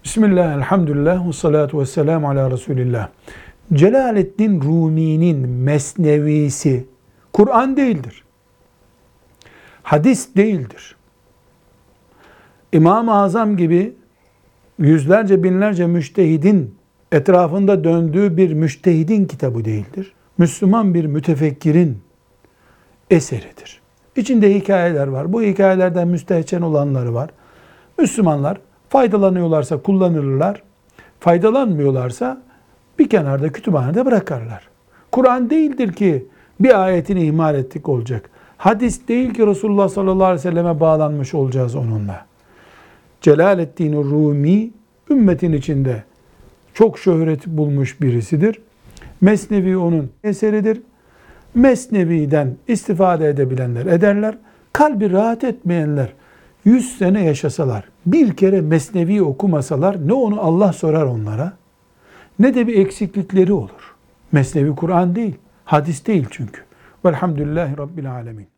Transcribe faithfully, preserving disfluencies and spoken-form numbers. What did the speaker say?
Bismillah, elhamdülillah, ve salatu ve selamu ala Resulillah. Celaleddin Rumi'nin Mesnevisi Kur'an değildir. Hadis değildir. İmam-ı Azam gibi yüzlerce binlerce müştehidin etrafında döndüğü bir müştehidin kitabı değildir. Müslüman bir mütefekkirin eseridir. İçinde hikayeler var. Bu hikayelerden müstehcen olanları var. Müslümanlar faydalanıyorlarsa kullanırlar. Faydalanmıyorlarsa bir kenarda kütüphanede bırakarlar. Kur'an değildir ki bir ayetini ihmal ettik olacak. Hadis değil ki Resulullah sallallahu aleyhi ve selleme bağlanmış olacağız onunla. Celaleddin Rumi ümmetin içinde çok şöhret bulmuş birisidir. Mesnevi onun eseridir. Mesnevi'den istifade edebilenler ederler. Kalbi rahat etmeyenler yüz sene yaşasalar, bir kere Mesnevi okumasalar ne onu Allah sorar onlara, ne de bir eksiklikleri olur. Mesnevi Kur'an değil, hadis değil çünkü. Velhamdülillahi Rabbil Alemin.